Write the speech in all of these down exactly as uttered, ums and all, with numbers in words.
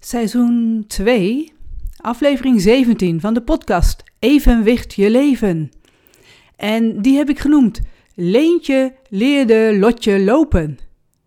Seizoen twee, aflevering zeventien van de podcast Evenwicht je leven. En die heb ik genoemd Leentje leerde Lotje lopen.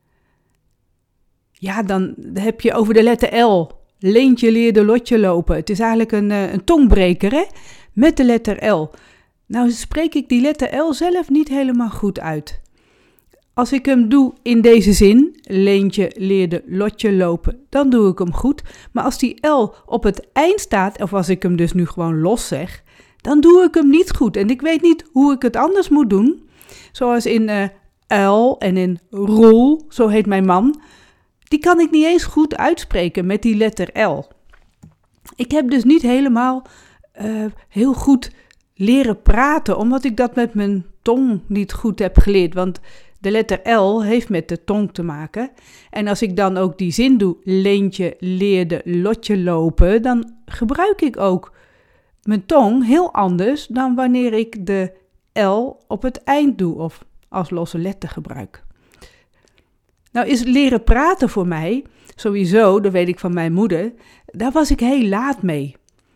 Ja, dan heb je over de letter L. Leentje leerde Lotje lopen. Het is eigenlijk een, een tongbreker, hè? Met de letter L. Nou spreek ik die letter L zelf niet helemaal goed uit. Als ik hem doe in deze zin, Leentje leerde Lotje lopen, dan doe ik hem goed. Maar als die L op het eind staat, of als ik hem dus nu gewoon los zeg, dan doe ik hem niet goed. En ik weet niet hoe ik het anders moet doen. Zoals in uh, uil en in roel, zo heet mijn man. Die kan ik niet eens goed uitspreken met die letter L. Ik heb dus niet helemaal uh, heel goed leren praten, omdat ik dat met mijn tong niet goed heb geleerd. Want de letter L heeft met de tong te maken. En als ik dan ook die zin doe, Leentje leerde Lotje lopen, dan gebruik ik ook mijn tong heel anders dan wanneer ik de L op het eind doe of als losse letter gebruik. Nou is leren praten voor mij, sowieso, dat weet ik van mijn moeder, daar was ik heel laat mee.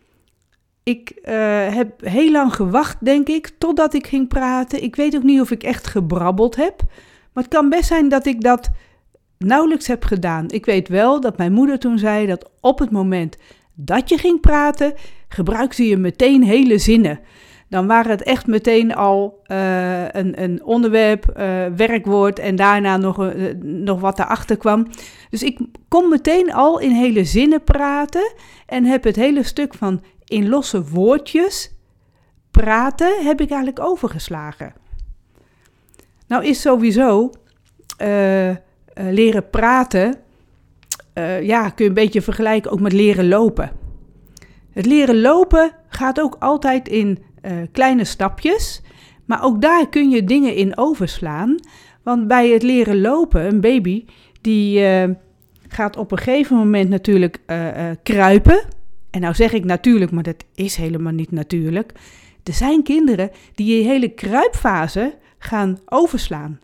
Ik uh, heb heel lang gewacht, denk ik, totdat ik ging praten. Ik weet ook niet of ik echt gebrabbeld heb. Maar het kan best zijn dat ik dat nauwelijks heb gedaan. Ik weet wel dat mijn moeder toen zei dat op het moment dat je ging praten, gebruikte je meteen hele zinnen. Dan waren het echt meteen al uh, een, een onderwerp, uh, werkwoord en daarna nog, uh, nog wat daarachter kwam. Dus ik kon meteen al in hele zinnen praten en heb het hele stuk van in losse woordjes praten heb ik eigenlijk overgeslagen. Nou is sowieso uh, uh, leren praten, uh, ja, kun je een beetje vergelijken ook met leren lopen. Het leren lopen gaat ook altijd in uh, kleine stapjes, maar ook daar kun je dingen in overslaan. Want bij het leren lopen, een baby, die uh, gaat op een gegeven moment natuurlijk uh, uh, kruipen. En nou zeg ik natuurlijk, maar dat is helemaal niet natuurlijk. Er zijn kinderen die die hele kruipfase gaan overslaan.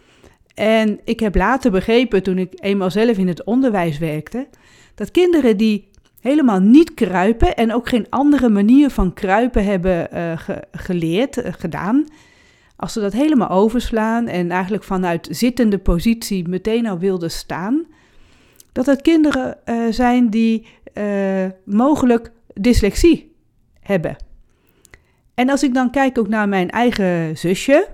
En ik heb later begrepen, toen ik eenmaal zelf in het onderwijs werkte, dat kinderen die helemaal niet kruipen en ook geen andere manier van kruipen hebben uh, ge- geleerd, uh, gedaan, als ze dat helemaal overslaan en eigenlijk vanuit zittende positie meteen al wilden staan, dat het kinderen uh, zijn die uh, mogelijk dyslexie hebben. En als ik dan kijk ook naar mijn eigen zusje,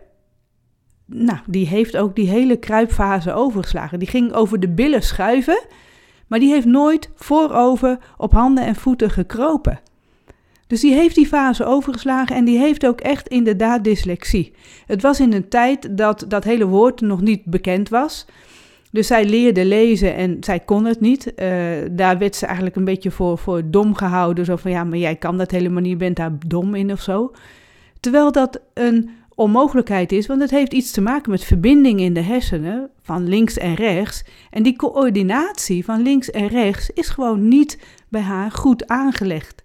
nou, die heeft ook die hele kruipfase overgeslagen. Die ging over de billen schuiven, maar die heeft nooit voorover op handen en voeten gekropen. Dus die heeft die fase overgeslagen en die heeft ook echt inderdaad dyslexie. Het was in een tijd dat dat hele woord nog niet bekend was. Dus zij leerde lezen en zij kon het niet. Uh, daar werd ze eigenlijk een beetje voor, voor dom gehouden. Zo van, ja, maar jij kan dat helemaal niet, je bent daar dom in of zo. Terwijl dat een onmogelijkheid is, want het heeft iets te maken met verbinding in de hersenen van links en rechts. En die coördinatie van links en rechts is gewoon niet bij haar goed aangelegd.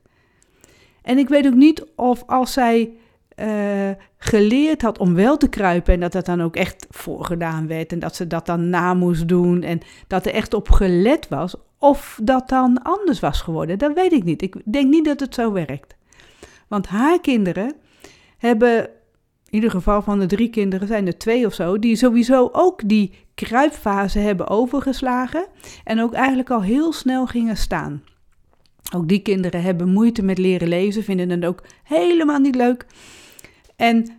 En ik weet ook niet of als zij Uh, geleerd had om wel te kruipen en dat dat dan ook echt voorgedaan werd en dat ze dat dan na moest doen en dat er echt op gelet was, of dat dan anders was geworden, dat weet ik niet. Ik denk niet dat het zo werkt. Want haar kinderen hebben, in ieder geval van de drie kinderen zijn er twee of zo, die sowieso ook die kruipfase hebben overgeslagen en ook eigenlijk al heel snel gingen staan. Ook die kinderen hebben moeite met leren lezen, vinden het ook helemaal niet leuk. En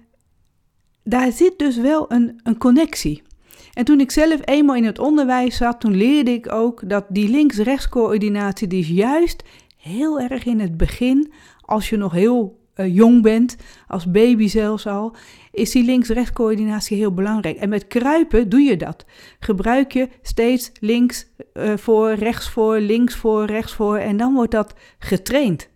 daar zit dus wel een, een connectie. En toen ik zelf eenmaal in het onderwijs zat, toen leerde ik ook dat die links-rechts coördinatie, die is juist heel erg in het begin, als je nog heel uh, jong bent, als baby zelfs al, is die links-rechts coördinatie heel belangrijk. En met kruipen doe je dat. Gebruik je steeds links uh, voor, rechts voor, links voor, rechts voor en dan wordt dat getraind.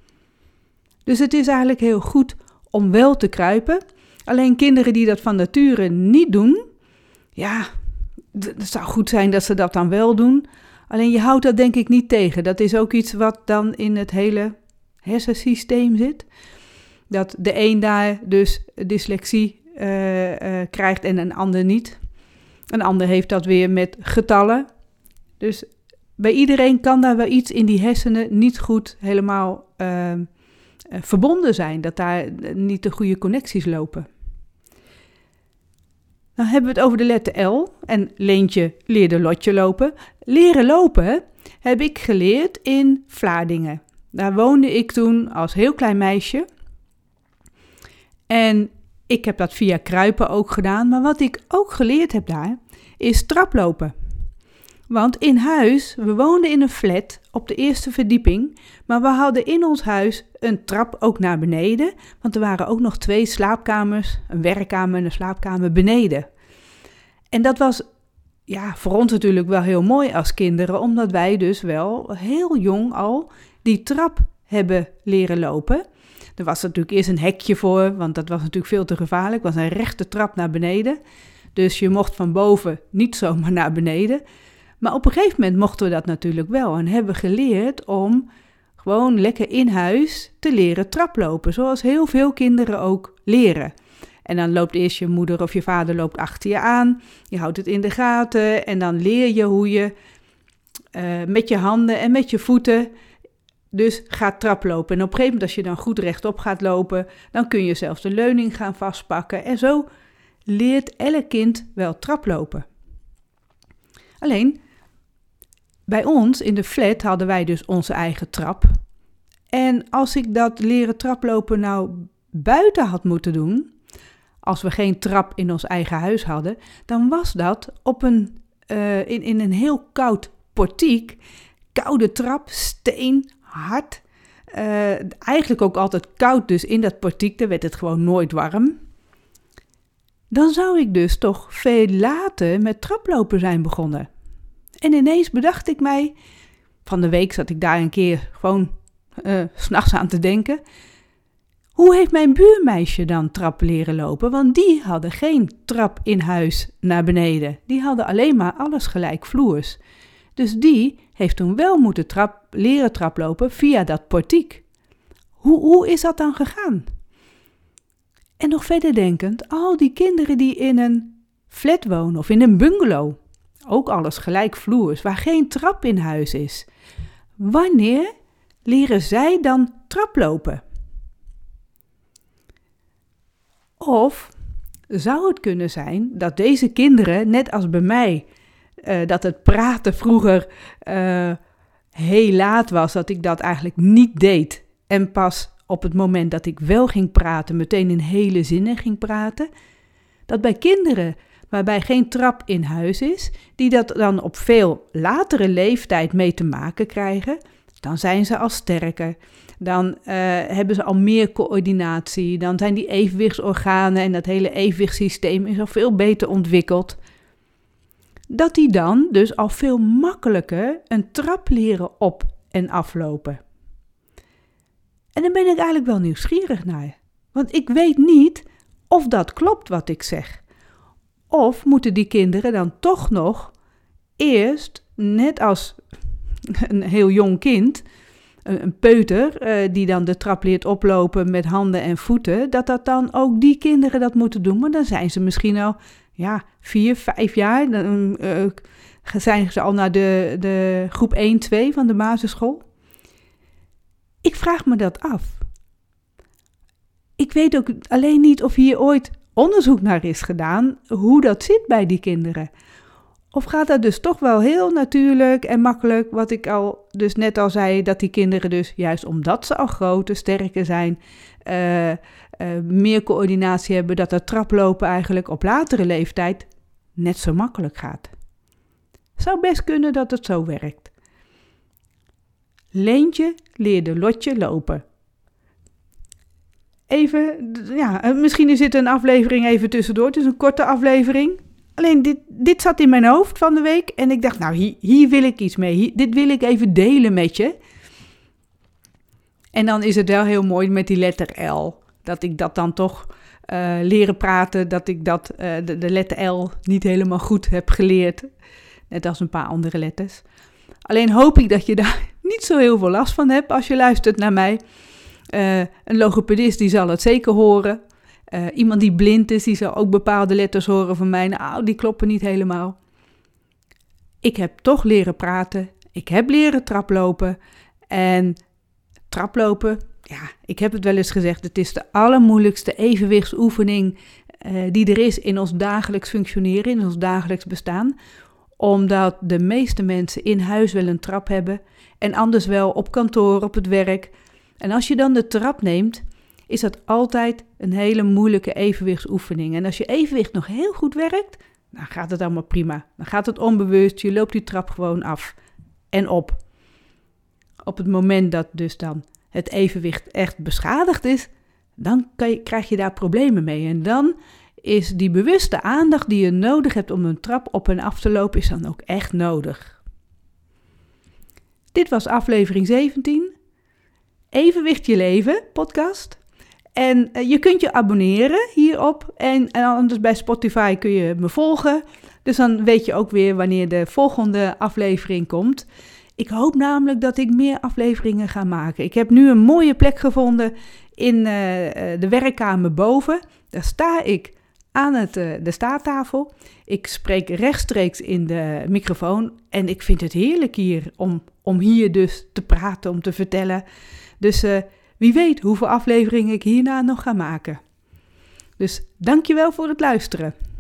Dus het is eigenlijk heel goed om wel te kruipen. Alleen kinderen die dat van nature niet doen, ja, het zou goed zijn dat ze dat dan wel doen. Alleen je houdt dat denk ik niet tegen. Dat is ook iets wat dan in het hele hersensysteem zit. Dat de een daar dus dyslexie uh, uh, krijgt en een ander niet. Een ander heeft dat weer met getallen. Dus bij iedereen kan daar wel iets in die hersenen niet goed helemaal uh, uh, verbonden zijn. Dat daar niet de goede connecties lopen. Dan hebben we het over de letter L. En Leentje leerde Lotje lopen. Leren lopen heb ik geleerd in Vlaardingen. Daar woonde ik toen als heel klein meisje. En ik heb dat via kruipen ook gedaan. Maar wat ik ook geleerd heb daar, is traplopen. Want in huis, we woonden in een flat op de eerste verdieping. Maar we hadden in ons huis een trap ook naar beneden. Want er waren ook nog twee slaapkamers, een werkkamer en een slaapkamer beneden. En dat was ja, voor ons natuurlijk wel heel mooi als kinderen. Omdat wij dus wel heel jong al die trap hebben leren lopen. Er was natuurlijk eerst een hekje voor, want dat was natuurlijk veel te gevaarlijk. Het was een rechte trap naar beneden. Dus je mocht van boven niet zomaar naar beneden. Maar op een gegeven moment mochten we dat natuurlijk wel. En hebben geleerd om gewoon lekker in huis te leren traplopen. Zoals heel veel kinderen ook leren. En dan loopt eerst je moeder of je vader loopt achter je aan. Je houdt het in de gaten. En dan leer je hoe je uh, met je handen en met je voeten dus gaat traplopen. En op een gegeven moment als je dan goed rechtop gaat lopen, dan kun je zelfs de leuning gaan vastpakken. En zo leert elk kind wel traplopen. Alleen, bij ons in de flat hadden wij dus onze eigen trap. En als ik dat leren traplopen nou buiten had moeten doen, als we geen trap in ons eigen huis hadden, dan was dat op een, uh, in, in een heel koud portiek. Koude trap, steen, hard. Uh, eigenlijk ook altijd koud, dus in dat portiek, daar werd het gewoon nooit warm. Dan zou ik dus toch veel later met traplopen zijn begonnen. En ineens bedacht ik mij, van de week zat ik daar een keer gewoon uh, 's nachts aan te denken. Hoe heeft mijn buurmeisje dan trap leren lopen? Want die hadden geen trap in huis naar beneden. Die hadden alleen maar alles gelijkvloers. Dus die heeft toen wel moeten trap, leren traplopen via dat portiek. Hoe, hoe is dat dan gegaan? En nog verder denkend, al die kinderen die in een flat wonen of in een bungalow, ook alles gelijkvloers, waar geen trap in huis is. Wanneer leren zij dan traplopen? Of zou het kunnen zijn dat deze kinderen, net als bij mij, uh, dat het praten vroeger uh, heel laat was, dat ik dat eigenlijk niet deed. En pas op het moment dat ik wel ging praten, meteen in hele zinnen ging praten. Dat bij kinderen waarbij geen trap in huis is, die dat dan op veel latere leeftijd mee te maken krijgen, dan zijn ze al sterker. Dan uh, hebben ze al meer coördinatie. Dan zijn die evenwichtsorganen en dat hele evenwichtssysteem is al veel beter ontwikkeld. Dat die dan dus al veel makkelijker een trap leren op- en aflopen. En dan ben ik eigenlijk wel nieuwsgierig naar. Want ik weet niet of dat klopt wat ik zeg. Of moeten die kinderen dan toch nog eerst, net als een heel jong kind, een peuter uh, die dan de trap leert oplopen met handen en voeten, dat dat dan ook die kinderen dat moeten doen. Maar dan zijn ze misschien al ja, vier, vijf jaar. Dan uh, zijn ze al naar de, de groep één, twee van de basisschool. Ik vraag me dat af. Ik weet ook alleen niet of hier ooit onderzoek naar is gedaan hoe dat zit bij die kinderen. Of gaat dat dus toch wel heel natuurlijk en makkelijk, wat ik al dus net al zei, dat die kinderen dus juist omdat ze al groter, sterker zijn, uh, uh, meer coördinatie hebben, dat dat traplopen eigenlijk op latere leeftijd net zo makkelijk gaat. Zou best kunnen dat het zo werkt. Leentje leerde Lotje lopen. Even, ja, misschien is dit een aflevering even tussendoor, het is een korte aflevering. Alleen dit, dit zat in mijn hoofd van de week en ik dacht, nou hier, hier wil ik iets mee, hier, dit wil ik even delen met je. En dan is het wel heel mooi met die letter L, dat ik dat dan toch uh, leren praten, dat ik dat, uh, de, de letter L niet helemaal goed heb geleerd, net als een paar andere letters. Alleen hoop ik dat je daar niet zo heel veel last van hebt als je luistert naar mij. Uh, een logopedist die zal het zeker horen. Uh, iemand die blind is, die zal ook bepaalde letters horen van mij. Nou, die kloppen niet helemaal. Ik heb toch leren praten. Ik heb leren traplopen en traplopen, ja, ik heb het wel eens gezegd, het is de allermoeilijkste evenwichtsoefening uh, die er is in ons dagelijks functioneren, in ons dagelijks bestaan. Omdat de meeste mensen in huis wel een trap hebben en anders wel op kantoor, op het werk. En als je dan de trap neemt, is dat altijd een hele moeilijke evenwichtsoefening. En als je evenwicht nog heel goed werkt, dan gaat het allemaal prima. Dan gaat het onbewust, je loopt die trap gewoon af en op. Op het moment dat dus dan het evenwicht echt beschadigd is, dan kan je, krijg je daar problemen mee. En dan is die bewuste aandacht die je nodig hebt om een trap op en af te lopen, is dan ook echt nodig. Dit was aflevering zeventien, Evenwicht je leven, podcast. En uh, je kunt je abonneren hierop en, en anders bij Spotify kun je me volgen. Dus dan weet je ook weer wanneer de volgende aflevering komt. Ik hoop namelijk dat ik meer afleveringen ga maken. Ik heb nu een mooie plek gevonden in uh, de werkkamer boven. Daar sta ik aan het, uh, de staattafel. Ik spreek rechtstreeks in de microfoon en ik vind het heerlijk hier om, om hier dus te praten, om te vertellen. Dus uh, wie weet hoeveel afleveringen ik hierna nog ga maken. Dus dankjewel voor het luisteren.